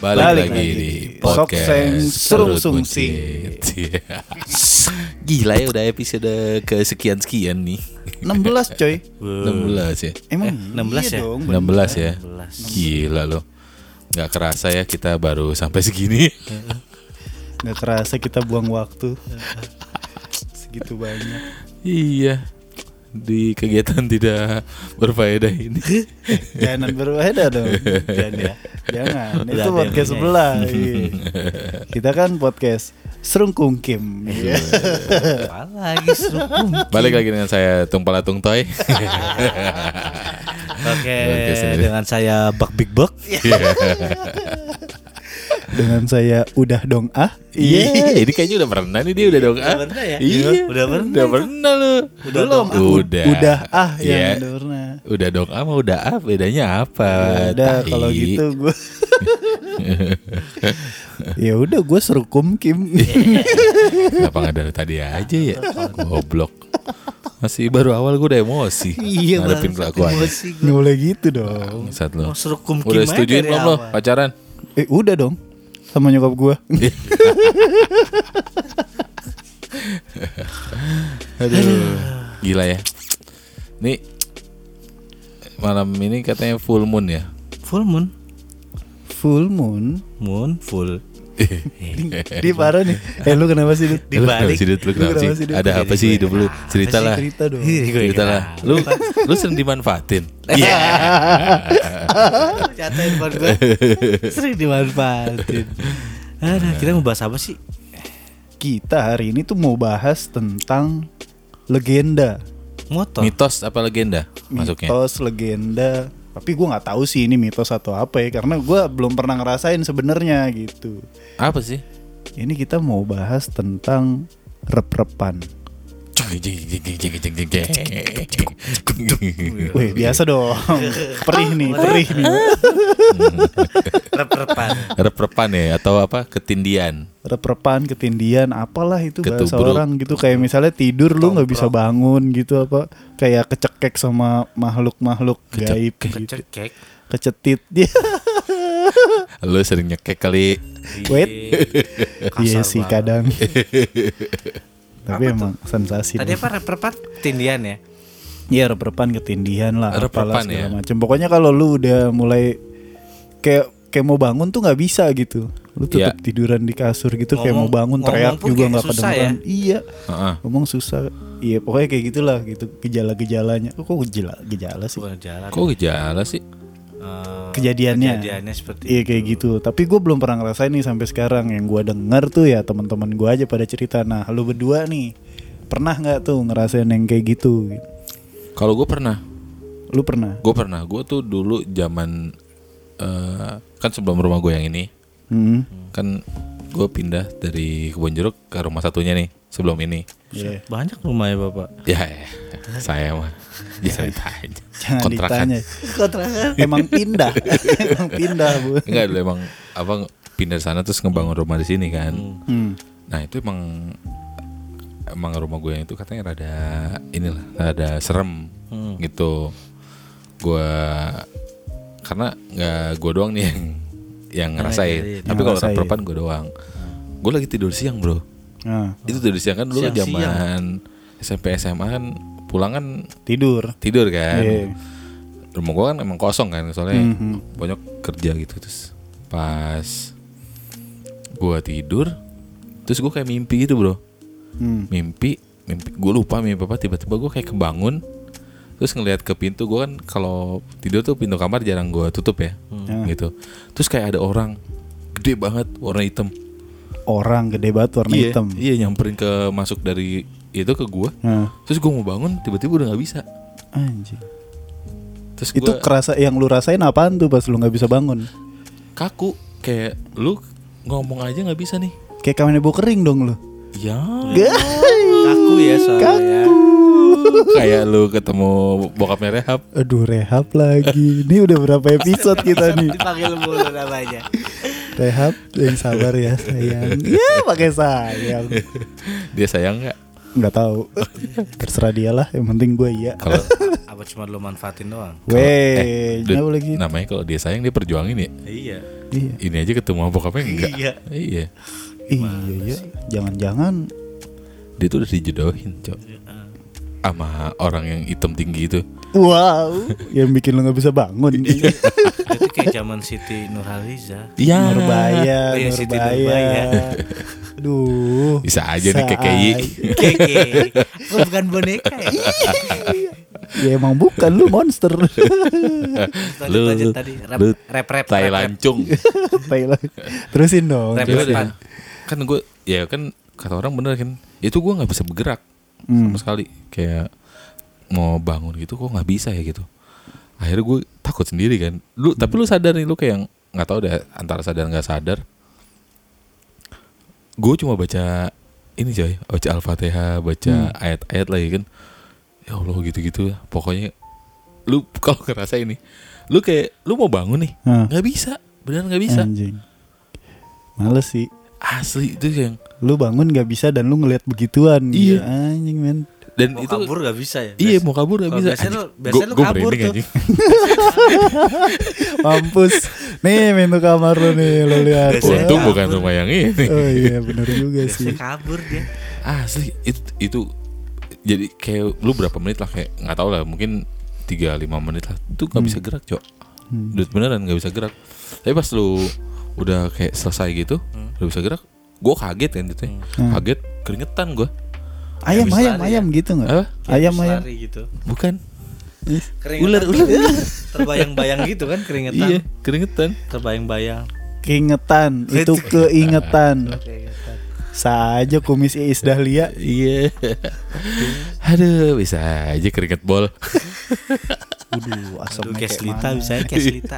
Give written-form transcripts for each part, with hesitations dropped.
Balik lagi di podcast Serung Sungsing. Gila ya, udah episode kesekian-sekian nih. 16 coy. 16 ya. Emang 16 iya ya? dong, 16 ya. 16. Gila loh. Gak kerasa ya kita baru sampai segini. Gak kerasa kita buang waktu segitu banyak. Iya. Di kegiatan tidak berfaedah ini. Jangan berfaedah dong. Jangan ya. Jangan. Udah Itu ada podcast yang sebelah. Iya. Kita kan podcast Serung Kungkim. Iya. Apalagi serupung. Balik lagi dengan saya Tumpalatung Toy. Oke, Podcast ini. dengan saya Bak Big Bok. Dengan saya Udah Dong Ah. Iya, ini kayaknya udah pernah nih dia udah dong. Udah pernah ya? Iya, Udah pernah. Udah pernah lu. Belum. Udah Ah Iya. ya udah pernah. Udah dong sama udah ah, bedanya apa? Udah Tai. kalau gitu gue. Ya udah gue Serung Kim. Kenapa gak dari tadi aja ya? Goblok. Masih baru awal gue udah emosi. Iya, ngadepin kelakuan. Nggak boleh gitu dong. Saat lo. Mau serukum Udah setujuin belum lo pacaran? Udah dong. Sama nyokap gue. Aduh, gila ya. Nih malam ini katanya full moon ya. Full moon. Full moon. Moon full. Di parah nih. Lu kenapa sih? Dut? Dibalik. Lu kenapa Lu kenapa sih? sih, Dut? Ada apa sih hidup lu? Cerita lah. Cerita dong. Cerita lah. Lu sering dimanfaatin. Iya. Catain buat gue. Sering dimanfaatin. Ada, kita mau bahas apa sih? Kita hari ini tuh mau bahas tentang legenda. Motor. Mitos apa legenda masuknya? Mitos, legenda. Tapi gue nggak tahu sih ini mitos atau apa ya, karena gue belum pernah ngerasain sebenarnya gitu. Apa sih? Ini kita mau bahas tentang rep-repan. Wih, biasa dong. Perih nih. Rep-repan. Rep-repan ya atau apa? Ketindian. Rep-repan, ketindian, apalah itu bahasa Ketubruk. orang gitu. Kayak misalnya tidur lu nggak bisa bangun gitu, apa kayak kecekek sama makhluk-makhluk gaib gitu. Kecekek. Kecetit dia. Lu sering nyekek kali. Wait. Kasar Iya sih banget. kadang. Tapi emang sensasi. Tadi apa rep-repan? Tindian ya? Iya, rep-repan, ketindihan lah, Rep-repan apalah segala ya. macam. Pokoknya kalau lu udah mulai kayak mau bangun tuh nggak bisa gitu. Lu tetap Iya. tiduran di kasur gitu, kayak mau bangun Ngomong teriak pun juga kayak nggak susah kedengeran. Iya. Heeh. Ngomong susah. Iya, pokoknya kayak gitulah gitu gejala-gejalanya. Kok gejala sih? Bukan jalan. Kok gejala sih? Kejadiannya. Kejadiannya seperti Iya kayak gitu. Tapi gue belum pernah ngerasain nih sampai sekarang. Yang gue denger tuh ya teman-teman gue aja pada cerita. Nah, lu berdua nih pernah nggak tuh ngerasain yang kayak gitu? Kalau gue pernah. Lu pernah? Gue tuh dulu zaman kan sebelum rumah gue yang ini kan gue pindah dari Kebon Jeruk ke rumah satunya nih sebelum ini. Iya. banyak rumah ya bapak. Ya, saya mah jangan ditanya. Jangan Kontrakan. ditanya. Kontrakan. Emang pindah. Emang pindah, Bu. Enggak dulu emang apa pindah sana terus ngebangun rumah di sini kan. Nah itu emang rumah gue yang itu katanya rada serem gitu. Gue karena nggak gue doang nih yang ngerasain. Tapi kalau orang ngerasain. perempuan gue doang. Gue lagi tidur siang bro. Nah, Itu tidur siang kan dulu Siang-siang. zaman SMP SMA kan pulang kan tidur. kan. Iya. Rumah gue kan emang kosong kan soalnya banyak kerja gitu. Terus pas gue tidur terus gue kayak mimpi gitu bro. Mimpi gue lupa mimpi apa, tiba-tiba gue kayak kebangun terus ngelihat ke pintu. Gue kan kalau tidur tuh pintu kamar jarang gue tutup ya gitu. Terus kayak ada orang gede banget warna hitam. Orang gede banget warna hitam. Iya nyamperin ke masuk dari itu ke gue. Nah, Terus gue mau bangun tiba-tiba udah nggak bisa. anjing. Terus Itu gue kerasa yang lu rasain apaan tuh pas lu nggak bisa bangun? kaku kayak lu ngomong aja nggak bisa nih. Kayak Kamen kering dong lu. Ya Kaku ya soalnya. kayak lu ketemu bokapnya Rehab. Aduh, Rehab lagi. Ini udah berapa episode kita nih? Dipanggil mulu namanya. Rehab, yang sabar ya sayang. Ya pakai sayang. Dia sayang nggak? Nggak tahu. Terserah dia lah. Yang penting gue iya. Kalau Apa cuma lo manfaatin doang? Weh, Dut, nggak boleh gitu. namanya kalau dia sayang dia perjuangin ya. Iya. Iya. Ini aja ketemu bokapnya enggak. Iya. Iya. Jangan-jangan Dia tuh udah dijodohin, Cok. Sama orang yang hitam tinggi itu. wow, yang bikin lo nggak bisa bangun. Itu kayak zaman Siti Nurhaliza. Iya. Nurbaya, Oh iya, Siti Nurbaya. Aduh. Bisa aja nih KKI. Keke. Kok bukan boneka ya? Ya emang bukan, lu monster. Lanjut tadi. Rap. Tai lancung. Thailand. Terusin dong. Rap. Ya udah. Depan. Kan gue ya kan kata orang bener kan. Itu gue nggak bisa bergerak sama sekali. Kayak mau bangun gitu kok nggak bisa ya gitu. Akhirnya gue takut sendiri kan. Tapi lu sadar nih, lu kayak yang nggak tahu deh antara sadar nggak sadar. Gue cuma baca ini coy, baca Al-Fatihah, baca ayat-ayat lagi kan. Ya Allah gitu-gitu. Pokoknya lu kalau ngerasa ini, lu kayak lu mau bangun nih, nggak bisa, beneran nggak bisa. Anjing. Males sih. Asli itu yang Lu bangun gak bisa dan lu ngeliat begituan. Iya. Anjing men. dan Mau itu kabur gak bisa ya? iya mau kabur nggak bisa. Biasanya lu kabur tuh. Mampus. Nih pintu kamar lu nih, lu lihat. Biasanya Untung kabur. bukan rumah yang ini. Oh iya benar juga Biasanya sih. kabur dia. Asli itu jadi kayak lu berapa menit lah, kayak nggak tahu lah, mungkin 3-5 menit lah itu nggak bisa gerak, Cok. Beneran nggak bisa gerak. Tapi pas lu udah kayak selesai gitu udah bisa gerak, gue kaget kan gitu ya. Kaget, keringetan gue. Ayam Habis lari ayam gitu nggak? Apa? Ayam Habis ayam. lari gitu. Bukan. Ular. Terbayang-bayang gitu kan keringetan. Iya, keringetan. Terbayang-bayang. Keingetan, itu keingetan. Saja kumis Iis Dahlia. Iya. Aduh, bisa aja keringet bol. Aduh, asamnya Kayak kayak selita mana? bisa kayak selita.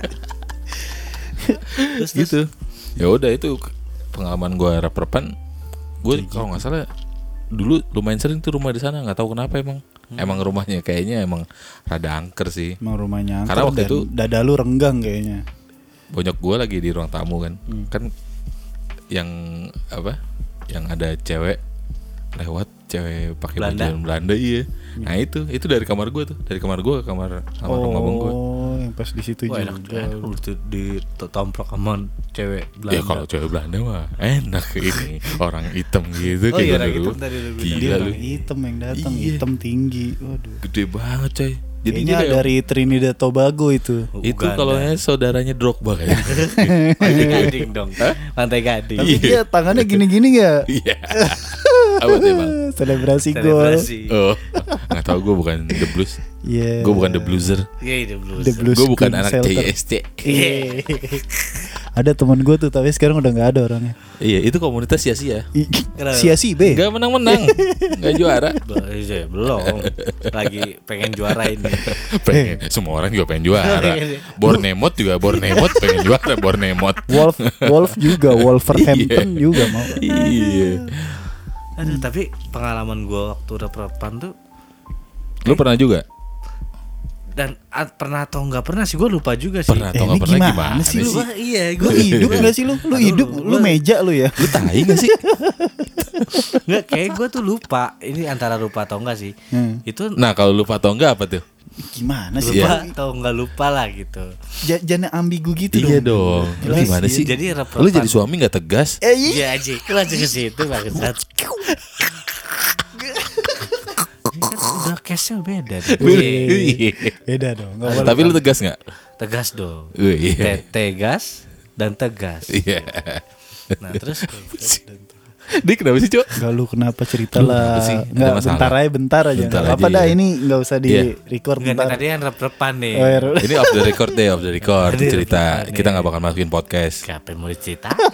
Terus Gitu. Ya udah itu pengalaman gue rep-repan. Gue kalau nggak salah dulu lumayan sering tuh rumah di sana, nggak tahu kenapa emang. Emang rumahnya kayaknya emang rada angker sih. Emang rumahnya angker. Karena waktu dan itu dada lu renggang kayaknya. bonyok gue lagi di ruang tamu kan. Kan yang apa? Yang ada cewek lewat, cewek pakai Belanda. baju Belanda, iya. Nah itu dari kamar gue tuh, dari kamar gue ke kamar rumah abang gue. Oh, yang pas di situ wah, enak juga. lu tuh ditomplok sama cewek Belanda. Ya kalau cewek Belanda mah enak ini orang hitam gitu Oh kayak iya, gue orang dulu. hitam tadi lu bilang. Dia Gila lu, orang hitam yang datang, Iya. hitam tinggi. Waduh. gede banget coy. Jadi Kayaknya dia kayak dari Trinidad Tobago itu. itu Uganda. kalau saudaranya Drogba kayaknya. Pantai Gading dong. Pantai Gading. Tapi dia tangannya gini-gini gak? Iya. Apa tuh bang? Selebrasi gol. Selebrasi. Oh, nggak tahu, gue bukan The Blues. Iya. Gue bukan The Blueser. Iya, itu blues. The Blues Gue bukan Queen anak Shelter. CST. Iya. Ada teman gue tuh, tapi sekarang udah nggak ada orangnya. Iya, itu komunitas sia-sia. Kenapa? Sia-si be. Gak menang-menang, gak juara. Belum. Lagi pengen juara ini. Pengen, semua orang juga pengen juara. Bornemot juga pengen juara. Bornemot. Wolf juga, Wolverhampton juga mau. Iya. Aduh, tapi pengalaman gue waktu rep-repan tuh, Lu pernah juga? dan pernah atau nggak pernah sih, gue lupa juga sih. Pernah atau ini nggak pernah gimana gimana sih sih? lu? Iya, Lu hidup gak sih lu? Lu hidup, lu meja lu ya? Lu tai gak sih? Nggak, kayak gue tuh lupa. Ini antara lupa atau enggak sih. Itu Nah kalau lupa atau enggak apa tuh? Gimana sih? lupa atau nggak lupa lah gitu. Jangan ambigu gitu Iya dong. dong. Lu gimana sih? Jadi Lu jadi suami gak tegas? Iya aja, langsung ke situ bangsat. Ini kan udah case-nya beda. Wih. Beda dong. Nggak boleh. Tapi lu tegas gak? Tegas dong. Wih. Tegas dan tegas. Iya. Nah terus Dia kenapa sih, Cok? Enggak, lu kenapa cerita Lu lah? kenapa sih? Ada Enggak, masalah? bentar aja. Bentar Nggak apa aja, dah, ya. ini enggak usah di Iya. record enggak, bentar. tadi kan rep-repan nih. Oh, ya, Ini off the record deh, off the record Tadi cerita. record Kita nih. gak bakal masukin podcast. Siapa yang mau diceritain?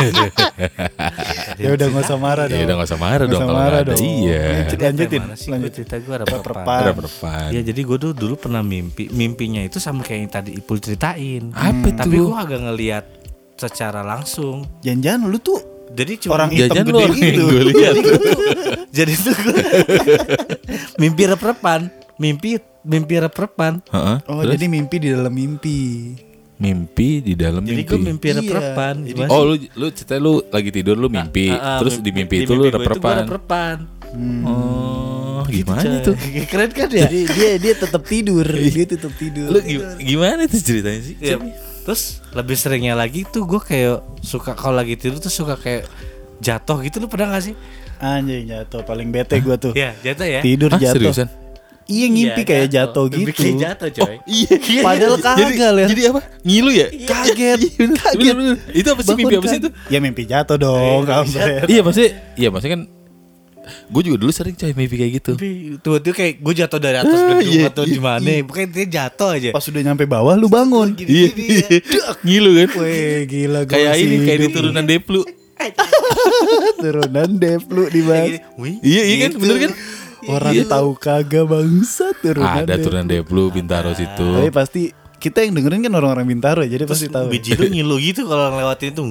ya udah enggak usah marah dong. Ya udah gak usah marah Nggak dong usah kalau marah nggak ada. dong. Iya. Lanjutin, Lanjutin. lanjut. Cerita gue Rep-repan. Ada perpan. Ya jadi gue tuh dulu pernah mimpinya itu sama kayak yang tadi Ipul ceritain. Apa Tapi tuh? gue agak ngelihat secara langsung. Jangan-jangan lu tuh Jadi cuma orang hitam Jajan lu gede orang yang gitu. gue lihat. jadi tuh gue mimpi rep-repan, mimpi rep-repan. Heeh. Oh, Terus? jadi mimpi di dalam mimpi. Mimpi di dalam Jadi mimpi. gue mimpi Iya. rep-repan. Gimana Oh, sih? lu cerita lu lagi tidur lu mimpi, terus di mimpi itu lu mimpi gua rep-repan. rep-repan. Oh, gimana Coy. itu? Keren kan ya? Jadi dia tetap tidur. Dia tetap tidur. Lu gimana itu ceritanya sih? Ya, Terus lebih seringnya lagi tuh gue kayak suka kalau lagi tidur tuh suka kayak jatuh gitu. Lu pernah gak sih? Anjing jatuh paling bete gue tuh. Iya jatuh ya. Tidur Hah, jatuh. seriusan? Iya ngimpi kayak jatuh Mimpi gitu. kayak jatuh coy. Iya. Padahal kagak lah. Jadi apa? Ngilu ya? Kaget. Bener. Itu apa sih mimpi apa sih itu? Ya mimpi jatuh dong, kampret. Iya maksudnya kan gue juga dulu sering coy mimpi kayak gitu. Tiba-tiba kayak gue jatuh dari atas gedung atau di mana. Bukan dia jatuh aja. Pas udah nyampe bawah lu bangun. Iya. Ngilu kan? Weh gila gue Kayak masih ini kayak di hidup. turunan Deplu. Turunan Deplu di bawah. Iya kan bener kan? Orang tahu kagak bangsa turunan Ada Deplu. turunan Deplu Bintaro situ. Tapi pasti kita yang dengerin kan orang-orang Bintaro jadi pasti tahu. Biji lu ngilu gitu kalau ngelewatin itu.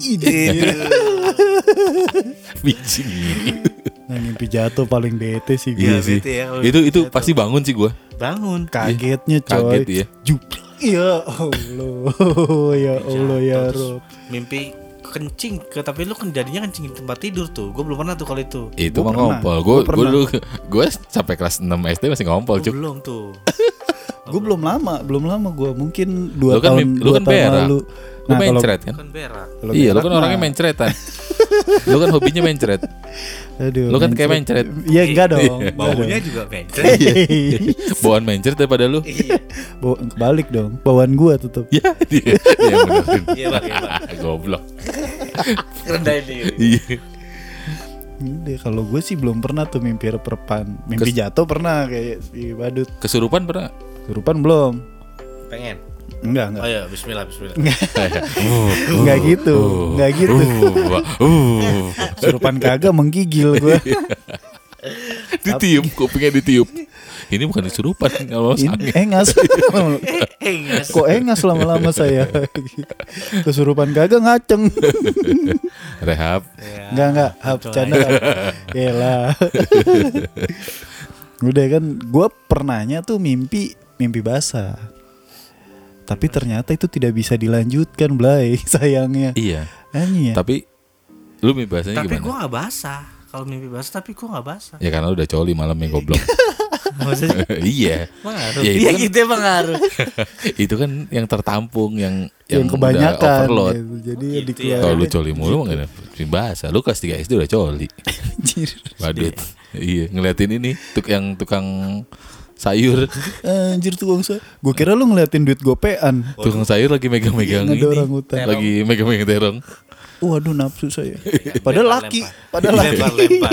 Biji. Nah, mimpi jatuh paling bete sih gue. Iya sih. bete ya kalau Itu pasti bangun sih gue. Bangun. Kagetnya coy. Kaget iya. Ya Allah. Ya Allah ya Rob. Mimpi kencing tapi lu kan jadinya kencing di tempat tidur tuh. Gue belum pernah tuh kalau itu. Itu Gua mah pernah. ngompol. Gua Gue pernah. dulu gue sampai kelas 6 SD masih ngompol cuk. Belum tuh. Gue belum lama gue mungkin 2 Lu kan tahun lu kan 2 tahun berak. lalu. Lu kalau- mencret kan? Kan berak. kalau Iya, lu berak kan mah- orangnya mencretan. Lu kan hobinya mencret. Aduh, Lu kan kayak mencret. Iya enggak dong. Baunya juga mencret. Bawaan mencret daripada lu. Balik dong. Bawaan gua tetep. Iya, dia yang benerin. Iya bang, iya bang. Goblok. Rendahin diri. Iya. Udah, kalau gue sih belum pernah tuh mimpi reperpan. Mimpi jatuh pernah kayak si badut. Kesurupan pernah? Kesurupan belum? Pengen. Enggak. Oh ya, bismillah. Enggak gitu. Enggak gitu. Kesurupan kagak menggigil gue. Ditiup, kupingnya ditiup. Ini bukan kesurupan kalau sange. Engas. Kok engas lama-lama saya. Kesurupan kagak ngaceng. Rehab. Enggak, bercanda. Yalah. Udah kan, gue pernahnya tuh mimpi basah. Tapi ternyata itu tidak bisa dilanjutkan, Blay, sayangnya. Iya. Hanya. Tapi lu mimpi basahnya Tapi gimana? gue gak basah. Kalau mimpi basah tapi gue gak basah. Ya karena lu udah coli malamnya goblok. Maksudnya Iya. pengaruh. Ya, itu Iya kan- gitu emang ngaruh. Itu kan yang tertampung yang kebanyakan udah overload. gitu. Jadi Oh, gitu dikeluarin. Kalau lu coli mulu mah gak ada bahasa. Lu kelas 3 SD udah coli. Anjir. Badut. Iya, ngeliatin ini tukang sayur. Anjir tukang sayur. Gue kira lu ngeliatin duit gopean. Tukang sayur lagi megang-megang Ada ini. orang hutan. Lagi megang-megang terong. Waduh nafsu saya. Padahal laki. Padahal laki. Lempar.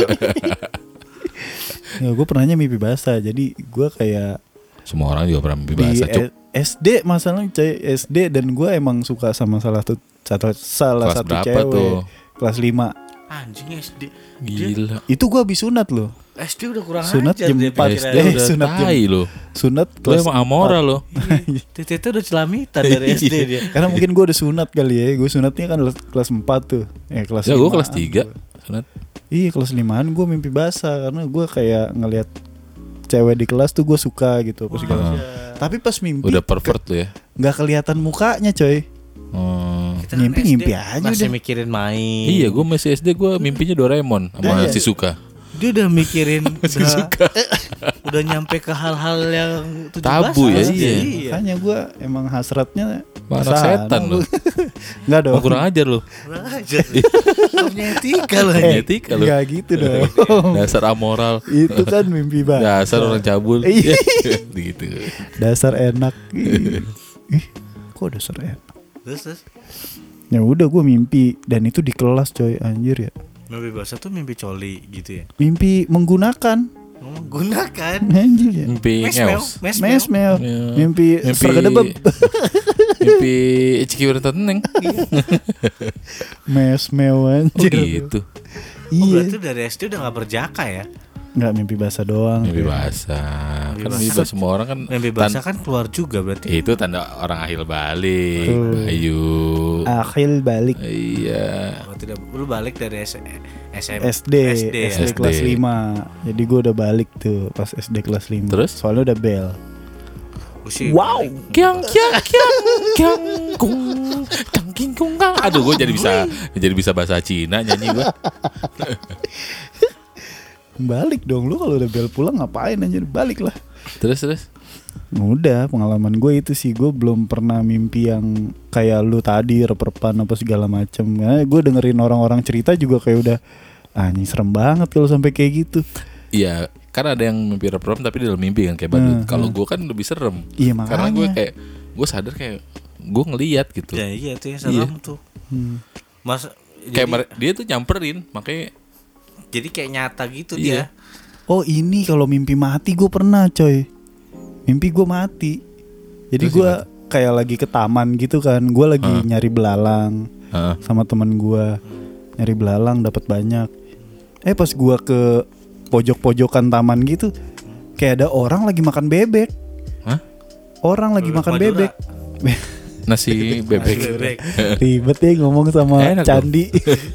Ya, gue pernahnya mimpi basah. Jadi gue kayak Semua orang juga pernah mimpi di basah, Cuk. SD masalahnya SD dan gue emang suka sama salah Kelas satu berapa cewek. tuh? Kelas 5. Anjing SD. Gila. Itu gue habis sunat loh. SD udah kurang Sunat ajar jam dia 4. SD pikirannya. udah sunat jam- tai lo. Sunat Lu kelas emang amora lo. Tete udah celamitan dari SD dia. Karena mungkin gue udah sunat kali ya. Gue sunatnya kan kelas 4 tuh. Kelas Ya gue 5-an kelas 3 sunat. Iya kelas 5-an gue mimpi basah. Karena gue kayak ngelihat cewek di kelas tuh gue suka gitu apa segala macam. Tapi pas mimpi Udah pervert lu ya. nggak kelihatan mukanya coy. Kita kan Ngimpi SD aja masih udah. mikirin main. Iya, gue masih SD gue mimpinya Doraemon sama Iya. si Suka. Dia udah mikirin Si Suka. udah nyampe ke hal-hal yang 17 Tabu ya, SD. iya. Makanya gue emang hasratnya Anak kesana. setan lu. Nggak dong. Mau kurang ajar lu. Kurang aja. Gak punya etika loh. Etika lu. Nggak gitu dong. Dasar amoral. Itu kan mimpi basah. Dasar orang cabul. Iya. Gitu. Dasar enak. Ih, kok dasar enak? Terus Ya udah gue mimpi dan itu di kelas coy anjir ya. mimpi basah tuh mimpi coli gitu ya. Mimpi menggunakan Menggunakan anjir ya. Mimpi ngeos. Mesmel. Ya. Mimpi Mimpi sergedebeb. Mimpi ciki teneng. Mesmel Oh anjir. gitu. Oh Iya. berarti dari SD udah gak berjaka ya. Enggak mimpi basah doang. Mimpi basah. Kan mimpi basah semua orang kan. Mimpi basah kan keluar juga berarti. Itu tanda orang akhir balik. Betul. Bayu. Akhil balik Iya. Oh, tidak, lu balik dari SM, SD ya? kelas 5. Jadi gue udah balik tuh pas SD kelas 5. Terus? Soalnya udah bel. Gua sih Wow. balik. Kyang kyang kyang kyang kung kyang king kung kang. Aduh, gue jadi bisa bahasa Cina nyanyi gue. Balik dong lu kalau udah bel pulang ngapain anjir? Balik lah. Terus. Udah, pengalaman gue itu sih. Gue belum pernah mimpi yang kayak lu tadi, rep-repan apa segala macem. Gue dengerin orang-orang cerita juga kayak udah anjing serem banget kalau sampai kayak gitu. Iya, kan ada yang mimpi rep-rep tapi dalam mimpi kan kayak badut. Kalau gue kan lebih serem. Iya, makanya. Karena gue kayak gue sadar kayak gue ngelihat gitu. Ya iya itu yang serem tuh. Mas Kayak dia tuh nyamperin, makanya jadi kayak nyata gitu Iya. dia. Oh ini kalau mimpi mati gue pernah coy. Mimpi gue mati. Jadi Terus gue kayak lagi ke taman gitu kan. Gue lagi nyari belalang sama temen gue. Nyari belalang dapat banyak. Pas gue ke pojok-pojokan taman gitu, kayak ada orang lagi makan bebek. Hah? Orang lagi Bebek makan Madura. bebek. nasi bebek. Bebek. Ribet ya ngomong sama Enak candi.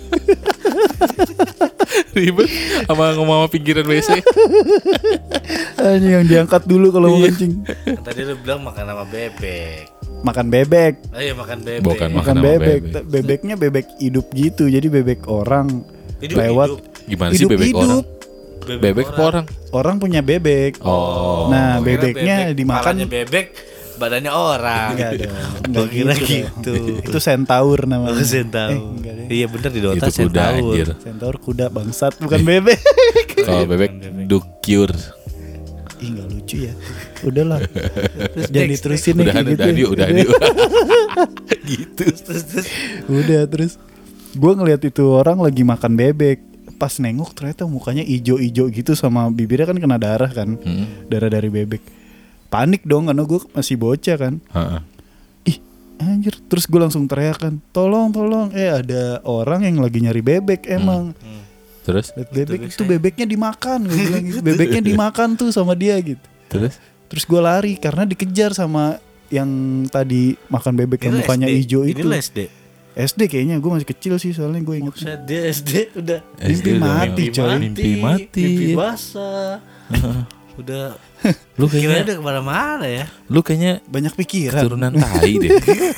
Ribet sama ngomong sama pinggiran WC. Anjing yang diangkat dulu kalau mau kencing. Kan tadi lu bilang makan sama bebek. Makan bebek. Oh iya makan bebek. Bukan Makan sama bebek. bebek. Bebeknya bebek hidup gitu. Jadi bebek orang Hidup, lewat. hidup. Gimana sih bebek orang? Bebek apa orang? Orang punya bebek. Oh. Nah, Gua kira bebeknya bebek, dimakan. kepalanya bebek, badannya orang. Enggak dong. Gua Enggak kira gitu. gitu. dong. Itu centaur namanya. Oh, centaur. Enggak deh. Iya bener di Dota Itu kuda centaur. anjir. Centaur kuda bangsat bukan bebek. Kalau bebek dukyur. Ih enggak lucu ya. Udahlah. Jangan diterusin nih Udah kayak gitu. udah gitu. Udah terus gue ngeliat itu orang lagi makan bebek. Pas nengok ternyata mukanya ijo-ijo gitu sama bibirnya kan kena darah kan. Darah dari bebek. Panik dong karena gue masih bocah kan. Heeh. Ih anjir. Terus gue langsung teriak kan, tolong ada orang yang lagi nyari bebek emang. Terus? Lihat bebek itu bebeknya dimakan. Gue bilang gitu. Bebeknya dimakan tuh sama dia gitu. Terus gue lari karena dikejar sama yang tadi makan bebek yang mukanya hijau itu. Ini lu SD. SD kayaknya, gue masih kecil sih soalnya gue inget. Buset, dia SD udah Mimpi mati coy. Mimpi mati. Mimpi basah. Udah Lu kira kayaknya udah kemana-mana ya. lu kayaknya Banyak pikiran. keturunan tai deh.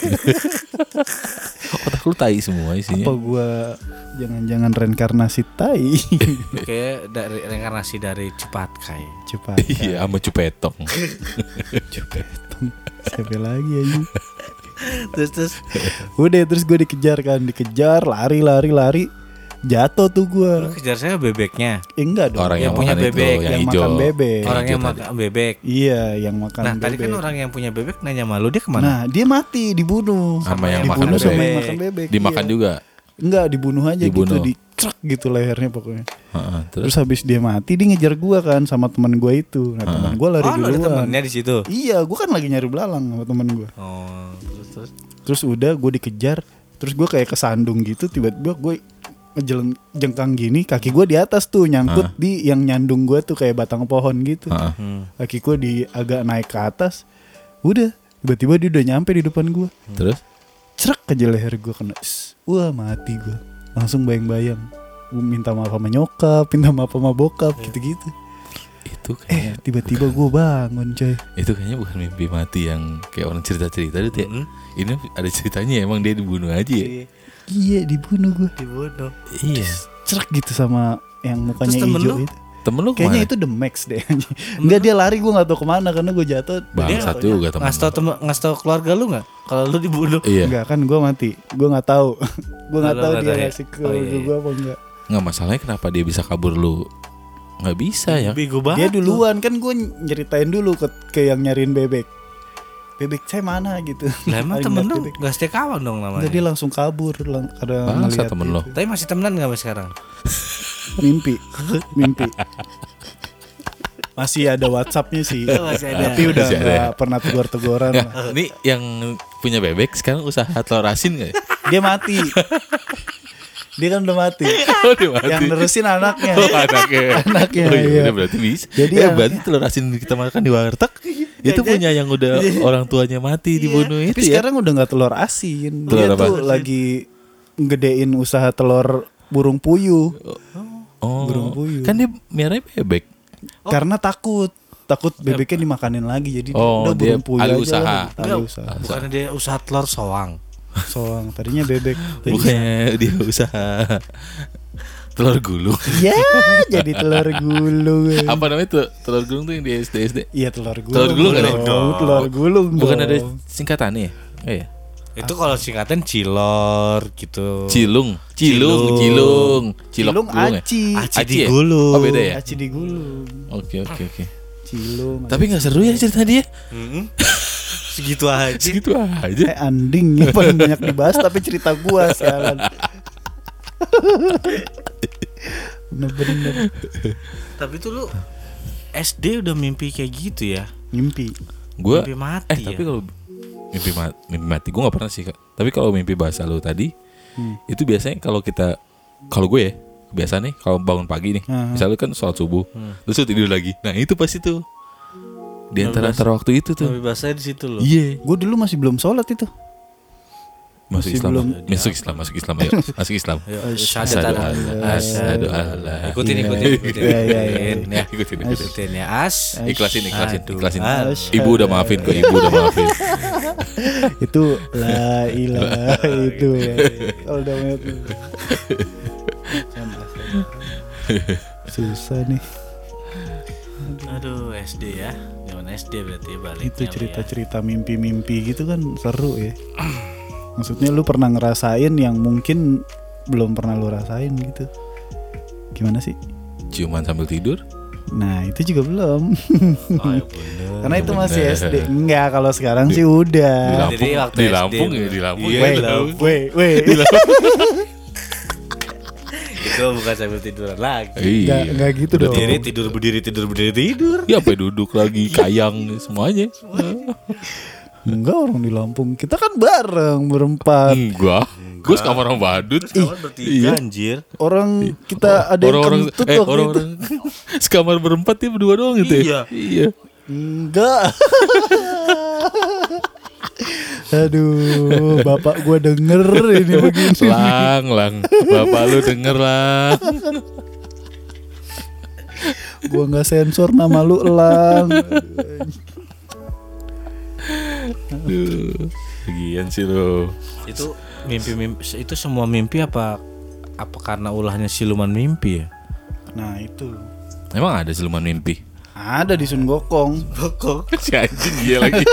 Otak lu tai semua isinya. Apa gue jangan-jangan reinkarnasi tai. Kayak dari reinkarnasi dari Cepat Kai. Cepat. Iya, sama cupetong. Siapa lagi aja. Terus Udah terus gue dikejar lari. Jatuh tuh gue. lu kejar saya bebeknya. Enggak dong. Orang yang punya makan itu, bebek, yang yang hijau. makan bebek. Orang yang hijau makan bebek. Iya, yang makan Nah bebek. tadi kan orang yang punya bebek nanya malu dia kemana? Nah, dia mati, dibunuh. Sama yang makan dibunuh sama bebek. yang makan bebek. Dimakan iya. juga. Enggak, dibunuh aja Dibunuh. gitu, dicrek gitu lehernya pokoknya. Heeh, Terus habis dia mati, dia ngejar gua kan sama teman gua itu. Nah, teman gua lari Oh, lu ada duluan. temennya di situ. Iya, gua kan lagi nyari belalang sama teman gua. Oh, terus. Terus udah gua dikejar, terus gua kayak kesandung gitu, tiba-tiba gua jengkang gini, kaki gua di atas tuh nyangkut di yang nyandung gua tuh kayak batang pohon gitu. Kaki gua di agak naik ke atas. Udah, tiba-tiba dia udah nyampe di depan gua. Terus? Cerak aja leher gue kena. Wah mati gue. Langsung bayang-bayang. Gue minta maaf sama nyokap, minta maaf sama bokap, gitu-gitu. Itu kayaknya Tiba-tiba gue bangun coy. itu kayaknya bukan mimpi mati yang kayak orang cerita-cerita itu ya. Ini ada ceritanya emang dia dibunuh aja ya. Iya dibunuh gue. Dibunuh. Iya. Cerak gitu sama yang mukanya Terus temen hijau lu? itu. Temen lu Kayaknya kemana? itu the max deh. Enggak dia lari, gue gak tahu kemana karena gue jatuh. Bangsat juga temen. Ngasih tau keluarga lu nggak kalau lu dibunuh? Iya. Enggak kan gue mati. Gue gak tahu. Gue gak Lu tahu nggak dia tahu ya? ngasih ke Oh, iya, gue apa enggak. Nggak, masalahnya kenapa dia bisa kabur lu? Nggak bisa ya. Bego banget. Dia duluan kan, gue nyeritain dulu ke yang nyariin bebek. Bebek saya mana gitu. Lah emang Lagi temen ngeliat lu bebek. gak setia kawan dong namanya. Enggak, dia langsung kabur karena Bangsa ngeliat temen itu. lo. Tapi masih temenan gak sampai sekarang? Mimpi. Masih ada WhatsAppnya sih. Masih ada. Tapi udah Masih ada. gak pernah tegur-teguran Ya, lah. ini yang punya bebek sekarang usaha telur asin nggak? Ya? Dia mati. Dia kan udah mati. Oh, dia mati. Yang nerusin anaknya. Oh, anaknya. Anaknya, Oh, iya, iya. udah berarti bisa. Jadi Ya, yang- berarti telur asin kita makan di warteg itu punya yang udah orang tuanya mati dibunuh Tapi itu ya. sekarang udah gak telur asin. Telur Dia apa? tuh lagi gedein usaha telur burung puyuh. Oh, burung puyuh. kan dia miaranya bebek. Karena takut bebeknya dimakanin lagi. Jadi Oh, udah dia burung puyuh alih aja usaha. lah. Alih Enggak, usaha. bukannya dia usaha telur soang. Soang tadinya bebek. Bukannya dia usaha Telur gulung. Ya, jadi telur gulung. Apa namanya tuh? Telur gulung tuh yang di SD. Iya, telur gulung. Telur gulung kan ya? Telur gulung. Bukan dong. ada singkatannya ya? Iya. Itu kalau singkatan cilor gitu. Cilung. Cilung. Cilung aci. Aci Aci ya? digulung. Oh beda ya? Aci digulung. Oke. Cilung. Tapi nggak seru ya cerita dia. Segitu aja. Segitu aja. Anding yang paling banyak dibahas tapi cerita gua sialan. Bener-bener. Tapi tuh lu SD udah mimpi kayak gitu ya? Mimpi. Gue. Mimpi mati Tapi ya? kalau mimpi mati gue nggak pernah sih Kak. Tapi kalau mimpi bahasa lu tadi, itu biasanya kalau gue ya biasa nih kalau bangun pagi nih, misalnya kan sholat subuh, terus lu tidur lagi. Nah itu pasti tuh di antara waktu itu tuh. Mimpi bahasanya di situ loh. Iya. Gue dulu masih belum sholat itu. Masuk Masih Islam. belum. Masuk Islam. Ayo, masuk Islam. Asyhadu alla. Ikutin Ya. Ikutin. ya. Ikhlasin. Aduh. Ibu udah maafin kok, ibu udah maafin. Itu la ilaha itu ya. Kalau udah banget. Susah nih. Aduh, SD ya. Zaman SD berarti balik. Itu cerita-cerita mimpi-mimpi gitu kan seru ya. Maksudnya lu pernah ngerasain yang mungkin belum pernah lu rasain gitu. Gimana sih? Ciuman sambil tidur? Nah itu juga belum. Oh ya bener. Karena itu masih SD. Enggak, kalau sekarang sih udah. Jadi waktu Di SD Lampung lu. ya, di Lampung. Iya, ya. di Lampung. Weh. Itu bukan sambil tiduran lagi. Iya. Enggak gitu dong. Berdiri, tidur. Ya apa duduk lagi, kayang semuanya. Enggak, orang di Lampung. Kita kan bareng berempat. Enggak. Gue sekamar sama badut. Kawan bertiga anjir. Orang kita ada yang Orang-orang kentut waktu itu. orang-orang sekamar berempat ya berdua doang gitu ya. Iya. Enggak. Aduh, bapak gua denger ini begini. Lang. Bapak lu denger lah. Gua nggak sensor nama lu Elang. Bagian sih lu. Itu mimpi itu semua mimpi apa karena ulahnya siluman mimpi ya? Nah itu Emang ada siluman mimpi? ada di Sun Gokong. Si anjing dia lagi.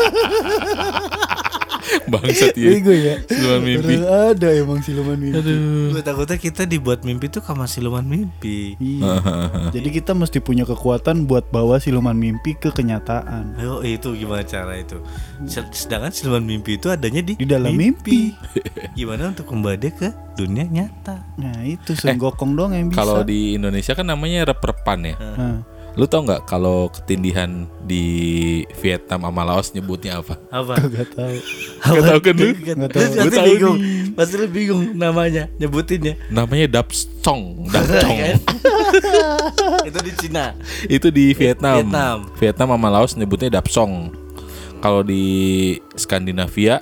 Bangsat ya. Bego ya. Siluman mimpi. Padahal ada emang siluman mimpi. Gue takutnya kita dibuat mimpi tuh sama siluman mimpi. Iya. Jadi kita mesti punya kekuatan buat bawa siluman mimpi ke kenyataan. Ayo itu gimana cara itu? Sedangkan siluman mimpi itu adanya di dalam mimpi. Gimana untuk kembali ke dunia nyata? Nah itu Sun Gokong doang yang bisa. Kalau di Indonesia kan namanya rep-repan ya. Nah, Lu tau nggak kalau ketindihan di Vietnam sama Laos nyebutnya apa? Apa? gak tahu. Gak tau kan lu? Nggak tahu. Pasti Gua tahu bingung. Pasti lu bingung namanya, nyebutinnya. Namanya Dapsong. Kan? Itu di Cina. Itu di Vietnam. Vietnam sama Laos nyebutnya Dapsong. Kalau di Skandinavia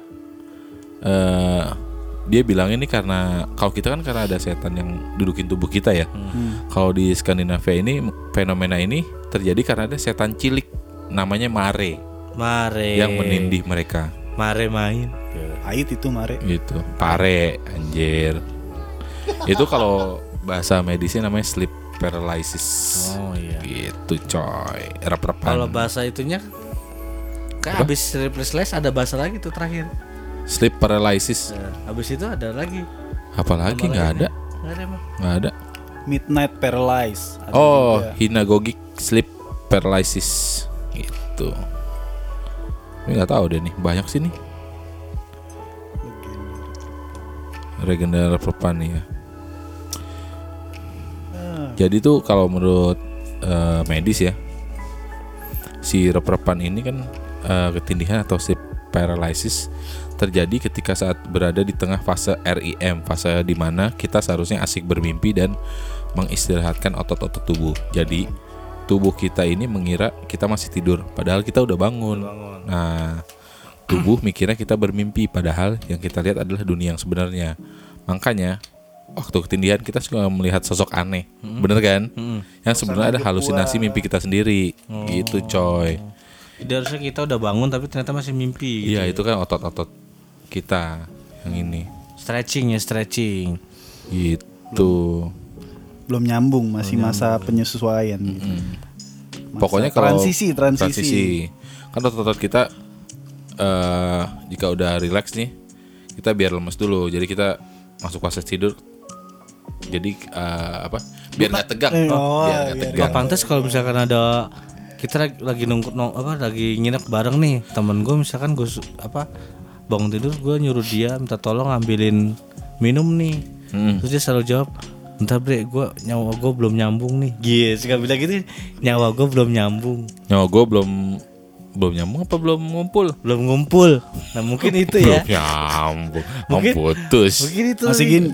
dia bilang ini karena kalau kita kan karena ada setan yang dudukin tubuh kita ya. Kalau di Skandinavia ini fenomena ini terjadi karena ada setan cilik namanya Mare yang menindih mereka. Mare main. Ait itu Mare. Gitu. Pare anjir. Itu kalau bahasa medisnya namanya sleep paralysis. Oh iya. Gitu coy. Rep-repan. Kalau bahasa itunya kayak habis sleepless ada bahasa lagi tuh terakhir. Sleep paralysis. Habis itu ada lagi. Apalagi nggak ada. Nggak ada emang. Nggak ada. Midnight Paralyze. Ada Oh, juga. hypnagogic sleep paralysis gitu. Ini nggak tahu deh nih, banyak sih nih. Legenda rep-repan nih ya. Jadi tuh kalau menurut medis ya, si rep-repan ini kan ketindihan atau sleep paralysis terjadi ketika saat berada di tengah fase REM, fase di mana kita seharusnya asik bermimpi dan mengistirahatkan otot-otot tubuh. Jadi tubuh kita ini mengira kita masih tidur, padahal kita udah bangun. Nah, tubuh mikirnya kita bermimpi, padahal yang kita lihat adalah dunia yang sebenarnya. Makanya waktu ketindihan kita suka melihat sosok aneh, bener kan? Yang sebenarnya ada halusinasi mimpi kita sendiri, gitu coy. Jadi harusnya kita udah bangun tapi ternyata masih mimpi. Iya, itu kan otot-otot kita yang ini. Stretching. Gitu. belum nyambung, masih masa penyesuaian gitu. Pokoknya kalau transisi kan otot kita jika udah relax nih, kita biar lemes dulu. Jadi kita masuk fase tidur. Jadi biar nggak tegang. Biar nggak tegang. Pantas kalau misalkan ada kita lagi lagi nginep bareng nih temen gue, misalkan gue bangun tidur, gue nyuruh dia minta tolong ambilin minum nih. Terus dia selalu jawab, bentar bre, nyawa gue belum nyambung nih. Suka bilang gitu, nyawa gue belum nyambung. Nyawa gue belum nyambung apa belum ngumpul? Belum ngumpul. Nah mungkin itu ya. Belum nyambung. Mungkin putus. Mungkin itu. Masih gini.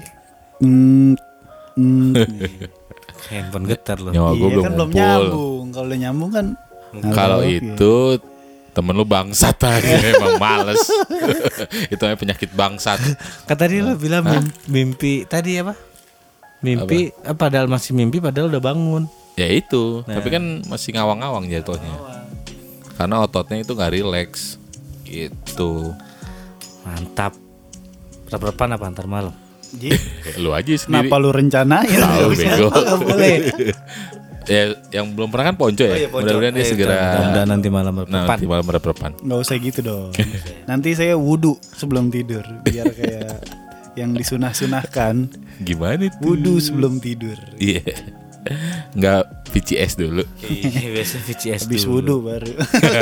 Handphone getar loh. Nyawa gue belum kan ngumpul. nyambung. Kalau udah nyambung kan. Kalau itu temen lu bangsat aja, emang males. Itu namanya penyakit bangsat. Kan tadi lu bilang mimpi tadi apa? Mimpi padahal masih mimpi padahal udah bangun. Ya itu, tapi kan masih ngawang-ngawang jatuhnya. Karena ototnya itu nggak rileks. Gitu. Mantap. Rep-repan apa antar malam? Lu aja sendiri. Kenapa lu rencanain? Tahu bego. Enggak boleh. Ya, yang belum pernah kan Ponco ya. Mudah-mudahan dia segera. Mudah-mudahan nanti malam rep-repan. Nanti malam rep-repan. Nggak usah gitu dong. Nanti saya wudu sebelum tidur biar kayak yang disunah-sunahkan. Gimana itu? Wudu sebelum tidur. Iya. Nggak VCS dulu. Iya, biasa VCS Habis dulu. wudu baru.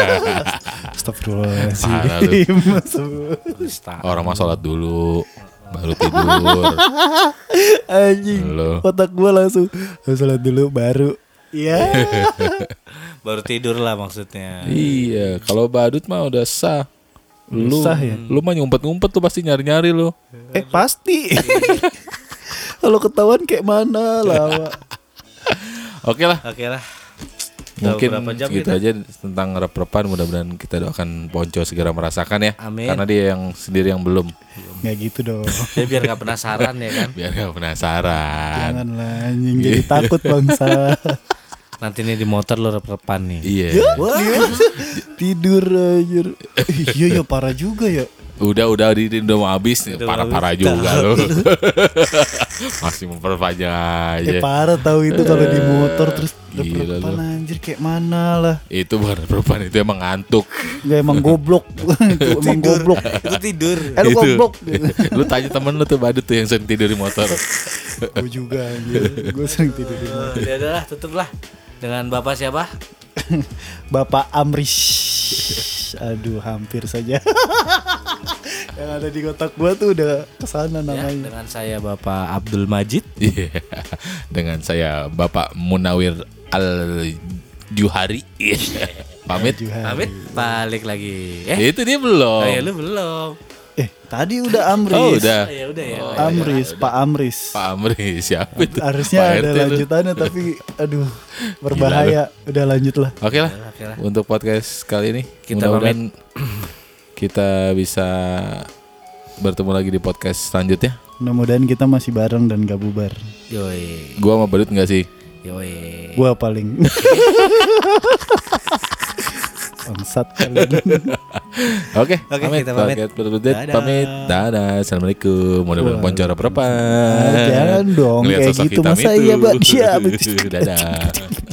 Parah Astagfirullahaladzim. Orang mah sholat dulu, baru tidur. Anjing. Halo. Otak gue langsung sholat dulu baru. Iya. Baru tidur lah maksudnya. Iya, kalau badut mah udah sah. Lu, Sah ya? lu mah ngumpet-ngumpet tuh pasti nyari-nyari lu. Pasti. Kalau ketahuan kayak mana lah. Oke lah. Oke lah. Mungkin berapa jam gitu kita? aja tentang rep-repan. Mudah-mudahan kita doakan Ponco segera merasakan ya. Amin. Karena dia yang sendiri yang belum. Nggak gitu dong. Ya biar gak penasaran ya kan. Biar gak penasaran. Janganlah anjing, jadi takut bangsa. Nanti nih di motor lo rep-repan nih. Iya. Tidur aja. Iya ya parah juga ya. Udah mau habis nih. Parah-parah juga lu. Masih memperpanjang aja. Parah tahu itu kalau di motor terus Gila depan lu. anjir kayak mana lah. Itu bukan rep-repan, itu emang ngantuk. Nggak emang goblok. Itu emang goblok. Itu tidur. Lu goblok. Lu tanya temen lu tuh badut tuh yang sering tidur di motor. Gue juga anjir. Gue sering tidur di motor. Ya udahlah, tutup lah. Dengan Bapak siapa? Bapak Amris. Aduh hampir saja. Yang ada di kotak gua tuh udah kesana Ya, namanya. dengan saya Bapak Abdul Majid. Iya. Dengan saya Bapak Munawir Al-Juhari. Pamit. Pamit, balik lagi. Itu dia belum. Oh ya lu belum. Tadi udah Amris. Oh, udah. Ya udah ya. Amris, Pak Amris. Pak Amri siapa itu? Harusnya Pak ada RT lu. lanjutannya tapi aduh berbahaya. Udah lanjut lah. Oke lah. Oke lah. Untuk podcast kali ini Kita mudah-mudahan kita bisa bertemu lagi di podcast selanjutnya. Mudah-mudahan kita masih bareng dan gak bubar. Yoi. Gua sama Badut enggak sih? Yoi. Gua paling bangsat kalian. Oke, kita pamit. Dadah. Pamit. Dadah. Assalamualaikum. Mudah-mudahan Ponco rep-repan. Jangan dong Ngeliat kayak sosok gitu hitam masa itu. iya Mbak. Siap. Dadah.